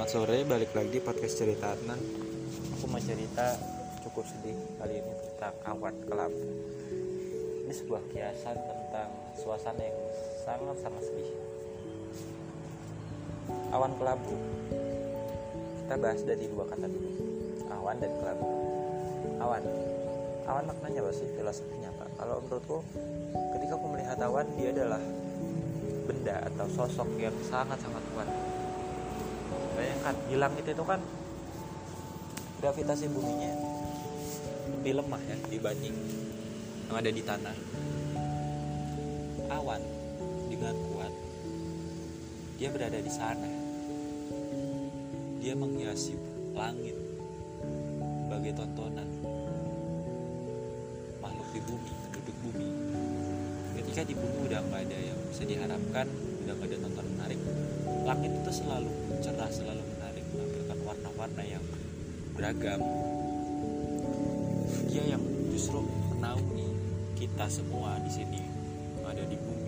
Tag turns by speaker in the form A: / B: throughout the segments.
A: Selamat sore, balik lagi di podcast cerita Adnan. Aku mau cerita cukup sedih kali ini tentang awan kelabu. Ini sebuah kiasan tentang suasana yang sangat-sangat sedih. Awan kelabu. Kita bahas dari dua kata dulu, awan dan kelabu. Awan maknanya apa sih? Filosofinya apa? Kalau menurutku, ketika aku melihat awan, dia adalah benda atau sosok yang sangat-sangat kuat. Bayangkan di langit itu kan gravitasi buminya lebih lemah ya dibanding yang ada di tanah. Awan dengan kuat dia berada di sana. Dia menghiasi langit sebagai tontonan makhluk di bumi, penduduk bumi. Ketika di bumi udah nggak ada yang bisa diharapkan, udah nggak ada tontonan menarik, langit itu selalu cerah, selalu menarik, menampilkan warna-warna yang beragam. Dia yang justru menaungi kita semua di sini yang ada di bumi.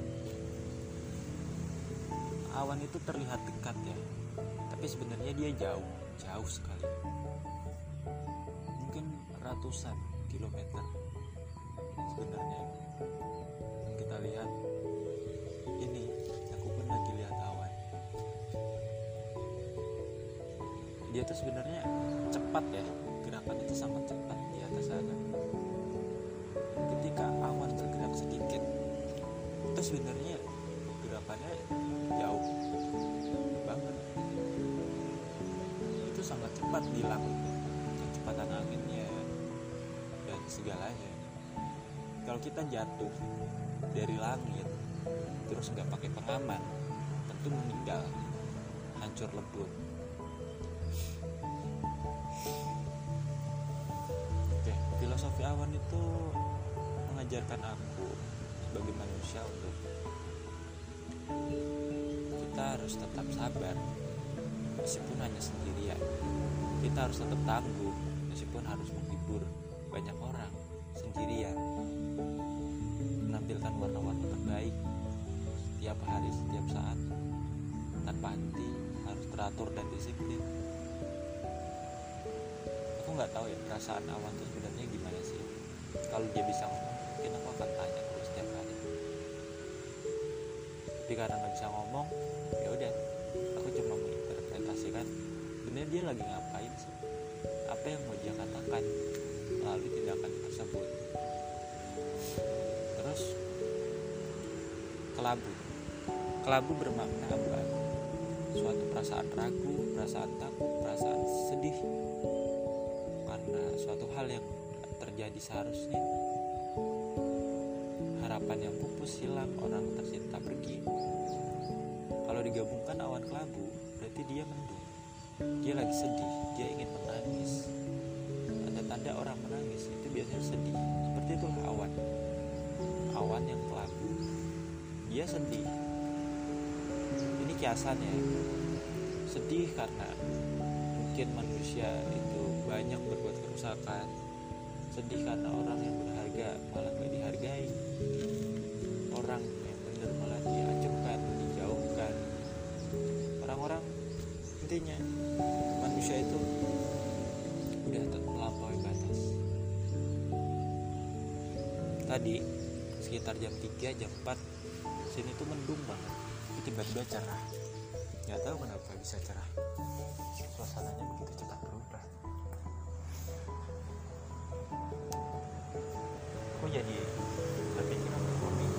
A: Awan itu terlihat dekat ya, tapi sebenarnya dia jauh sekali. Mungkin ratusan kilometer sebenarnya. Dan kita lihat ini, aku pun lagi lihat awan. Dia tuh sebenarnya cepat ya, gerakan itu sangat cepat di atas sana. Ketika awan bergerak sedikit, itu sebenarnya gerakannya jauh banget. Itu sangat cepat di langit, kecepatan anginnya dan segalanya. Kalau kita jatuh dari langit terus nggak pakai pengaman, tentu meninggal, hancur lebur. Oke, filosofi awan itu mengajarkan aku sebagai manusia untuk kita harus tetap sabar meskipun hanya sendirian. Kita harus tetap tangguh meskipun harus menghibur banyak orang sendirian. Menampilkan warna-warna terbaik setiap hari, setiap saat, tanpa henti, harus teratur dan disiplin. Aku nggak tahu ya perasaan awan itu sebenarnya gimana sih. Kalau dia bisa ngomong, mungkin aku akan tanya terus setiap hari. Tapi karena nggak bisa ngomong, ya udah, aku cuma menginterpretasikan sebenarnya dia lagi ngapain sih, apa yang mau dia katakan melalui tindakan tersebut. Terus kelabu bermakna apa? Suatu perasaan ragu, perasaan takut, perasaan sedih karena suatu hal yang terjadi seharusnya. Harapan yang pupus hilang, orang tercinta pergi. Kalau digabungkan awan kelabu, berarti dia mendung. Dia lagi sedih, dia ingin menangis. Tanda-tanda orang menangis itu biasanya sedih. Seperti itulah awan yang kelabu, dia sedih. Ini kiasannya, sedih karena mungkin manusia itu banyak berbuat kerusakan. Sedih karena orang yang berharga malah gak dihargai, orang yang benar malah diacungkan, dijauhkan. Orang-orang, intinya manusia itu udah melampaui batas. Tadi sekitar jam 3, jam 4 sini tuh mendung banget, tapi tiba-tiba cerah. Gak tahu kenapa bisa cerah, suasananya begitu cepat berubah. Aku jadi berpikiran berpikir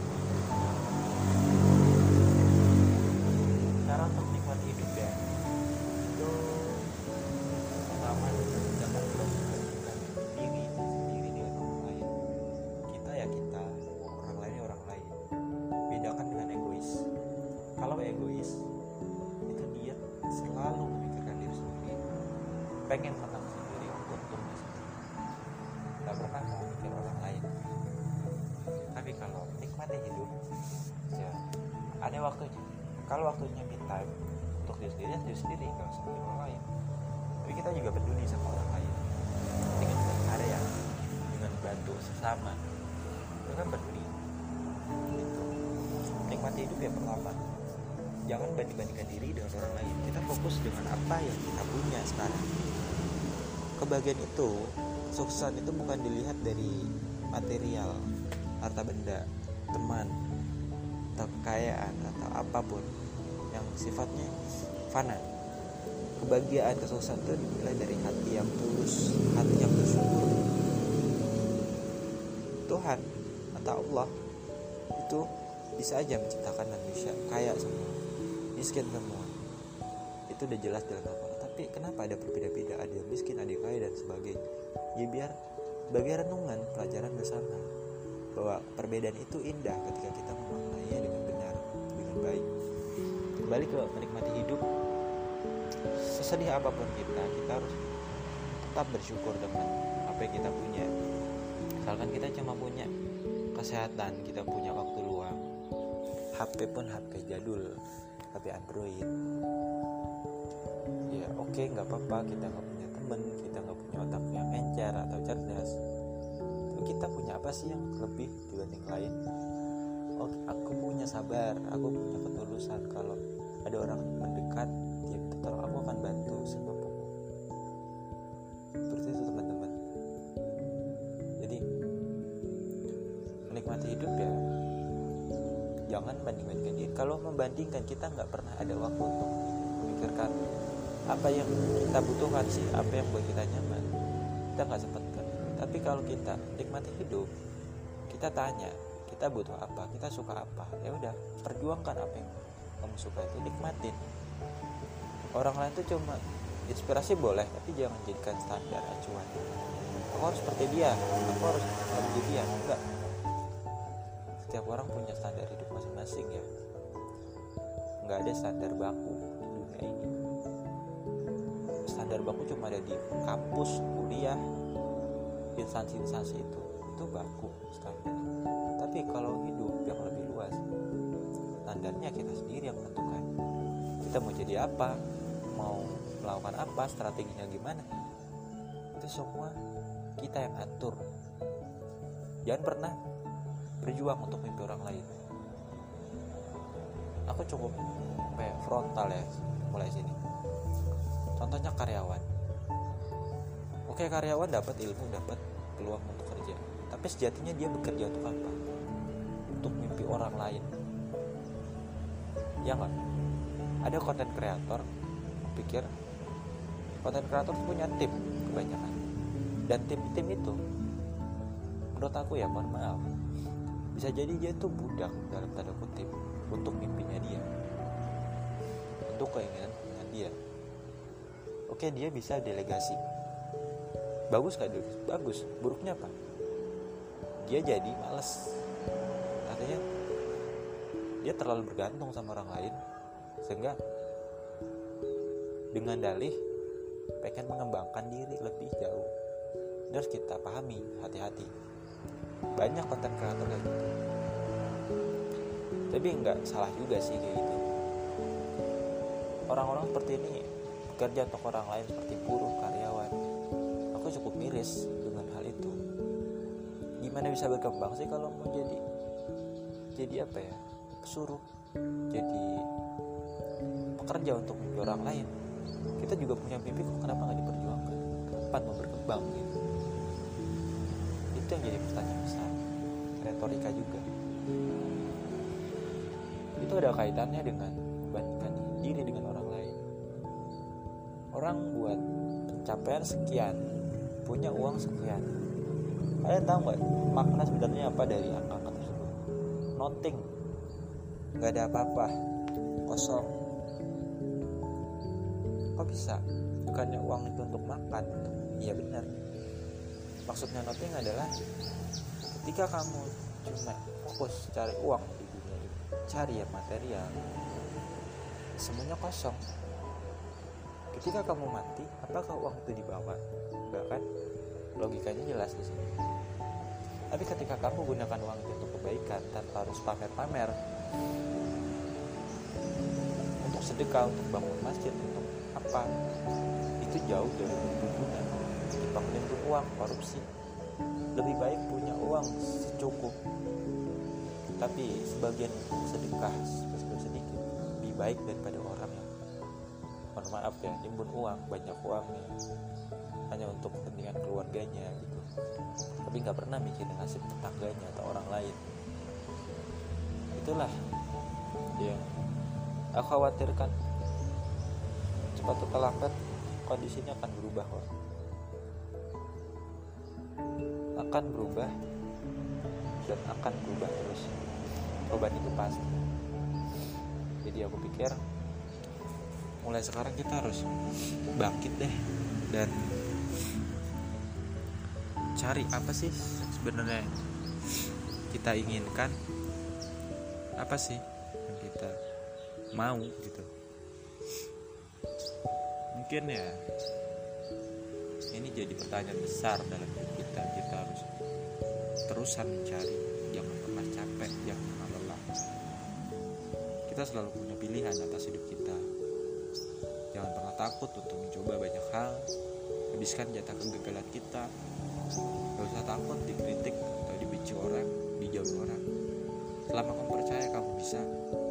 A: cara untuk nikmat hidup ya, itu pertama jangan membandingkan diri sendiri dengan orang lain. Kita ya kita, orang lain ya orang lain. Bedakan dengan egois. Kalau egois itu dia selalu memikirkan diri sendiri, pengen menang sendiri, untungnya sendiri, gak pernah mau mikir orang lain. Tapi kalau nikmati hidup ya ada waktunya. Kalau waktunya me time untuk diri sendiri, diri sendiri, gak usah mikir orang lain. Tapi kita juga peduli sama orang lain dengan berkarya, dengan bantu sesama, itu kan peduli gitu. Nikmati hidup ya pertama. jangan banding-bandingkan diri dengan orang lain. Kita fokus dengan apa yang kita punya sekarang. Kebahagiaan itu, sukses itu bukan dilihat dari material, harta benda, teman, atau kekayaan, atau apapun yang sifatnya fana. Kebahagiaan, kesuksesan itu dimulai dari hati yang tulus, hati yang bersyukur. Tuhan atau Allah itu bisa aja menciptakan manusia kaya semua, miskin semua. Itu udah jelas dalam Al-Quran. Tapi kenapa ada berbeda-beda, ada yang miskin, ada yang kaya dan sebagainya? Ya biar sebagai renungan, pelajaran bersama bahwa perbedaan itu indah ketika kita memaknainya dengan benar, dengan baik. Kembali ke menikmati hidup. Sesedih apapun kita harus tetap bersyukur dengan apa yang kita punya. Misalkan kita cuma punya kesehatan, kita punya waktu luang, HP pun HP jadul, HP Android, ya oke, gak apa-apa. Kita gak punya temen, kita gak punya otak yang encer atau cerdas. Kita punya apa sih yang lebih dibanding lain? Oke, aku punya sabar, aku punya ketulusan. Kalau ada orang mendekat, dia minta tolong, aku akan bantu semampuku. Seperti itu teman-teman. Jadi menikmati hidup ya, jangan banding-bandingkan diri. Kalau membandingkan, kita nggak pernah ada waktu untuk memikirkan apa yang kita butuhkan sih, apa yang buat kita nyaman. Kita nggak sempatkan. Tapi kalau kita nikmati hidup, kita tanya, kita butuh apa, kita suka apa, ya udah, perjuangkan apa yang kamu suka itu, nikmatin. Orang lain tuh cuma inspirasi boleh, tapi jangan jadikan standar acuan. Aku harus seperti dia, aku harus seperti dia. Enggak. Setiap orang punya standar hidup masing-masing ya. Enggak ada standar baku di dunia ini. Standar baku cuma ada di kampus, kuliah, instansi-instansi itu baku standar. Tapi kalau hidup yang lebih luas, standarnya kita sendiri yang menentukan. Kita mau jadi apa, mau melakukan apa, strateginya gimana, itu semua kita yang atur. Jangan pernah berjuang untuk mimpi orang lain. Aku cukup frontal ya mulai sini. Contohnya karyawan. Oke, karyawan dapat ilmu, dapat peluang untuk kerja, tapi sejatinya dia bekerja untuk apa? Untuk mimpi orang lain. Ya nggak? Ada konten kreator, pikir konten kreator punya tim kebanyakan, dan tim itu menurut aku ya, mohon maaf, bisa jadi dia tuh budak dalam tanda kutip untuk mimpinya dia, untuk keinginan dia. Oke, dia bisa delegasi. Bagus gak delegasi? Bagus. Buruknya apa? Dia jadi malas. Artinya dia terlalu bergantung sama orang lain, sehingga dengan dalih pengen mengembangkan diri lebih jauh. Ini harus kita pahami, hati-hati. Banyak konten kreator kayak gitu. Tapi nggak salah juga sih kayak gitu. Orang-orang seperti ini bekerja untuk orang lain seperti buruh, karyawan. Aku cukup miris dengan hal itu. Gimana bisa berkembang sih kalau mau jadi apa ya? Suruh jadi pekerja untuk mimpi orang lain. Kita juga punya mimpi, kok kenapa nggak diperjuangkan? Kapan mau berkembang gitu? Itu yang jadi pertanyaan besar. Retorika juga. Itu ada kaitannya dengan membandingkan diri dengan orang lain. Orang buat pencapaian sekian, punya uang sekian. Kalian tahu nggak makna sebenarnya apa dari angka tersebut? Nothing. Gak ada apa-apa, kosong. Kok bisa? Bukannya uang itu untuk makan? Iya benar. Maksudnya nothing adalah ketika kamu cuma fokus cari uang di dunia ini, cari ya material, semuanya kosong. Ketika kamu mati, apakah uang itu dibawa? Enggak kan? Logikanya jelas di sini. Tapi ketika kamu gunakan uang itu untuk kebaikan tanpa harus pamer-pamer, untuk sedekah, untuk bangun masjid, untuk apa, itu jauh dari berguna dibanding untuk uang, korupsi. Lebih baik punya uang secukup, tapi sebagian sedekah, sedikit, lebih baik daripada orang yang, mohon maaf ya, nimbun uang, banyak uangnya hanya untuk kepentingan keluarganya gitu, tapi nggak pernah mikirin nasib tetangganya atau orang lain. Itulah yang aku khawatirkan. Cepat atau lambat kondisinya akan berubah, Wak. Akan berubah dan akan berubah terus. Perubahan itu pasti. Jadi aku pikir mulai sekarang kita harus bangkit deh dan cari apa sih sebenarnya yang kita inginkan, apa sih yang kita mau gitu. Mungkin ya ini jadi pertanyaan besar dalam hidup kita. Kita harus terusan mencari, jangan pernah capek, jangan pernah lelah. Kita selalu punya pilihan atas hidup kita. Jangan pernah takut untuk mencoba banyak hal. Habiskan jatah kegagalan kita. Gak usah takut dikritik atau dibenci orang, dijauhi orang. Selama kamu percaya kamu bisa,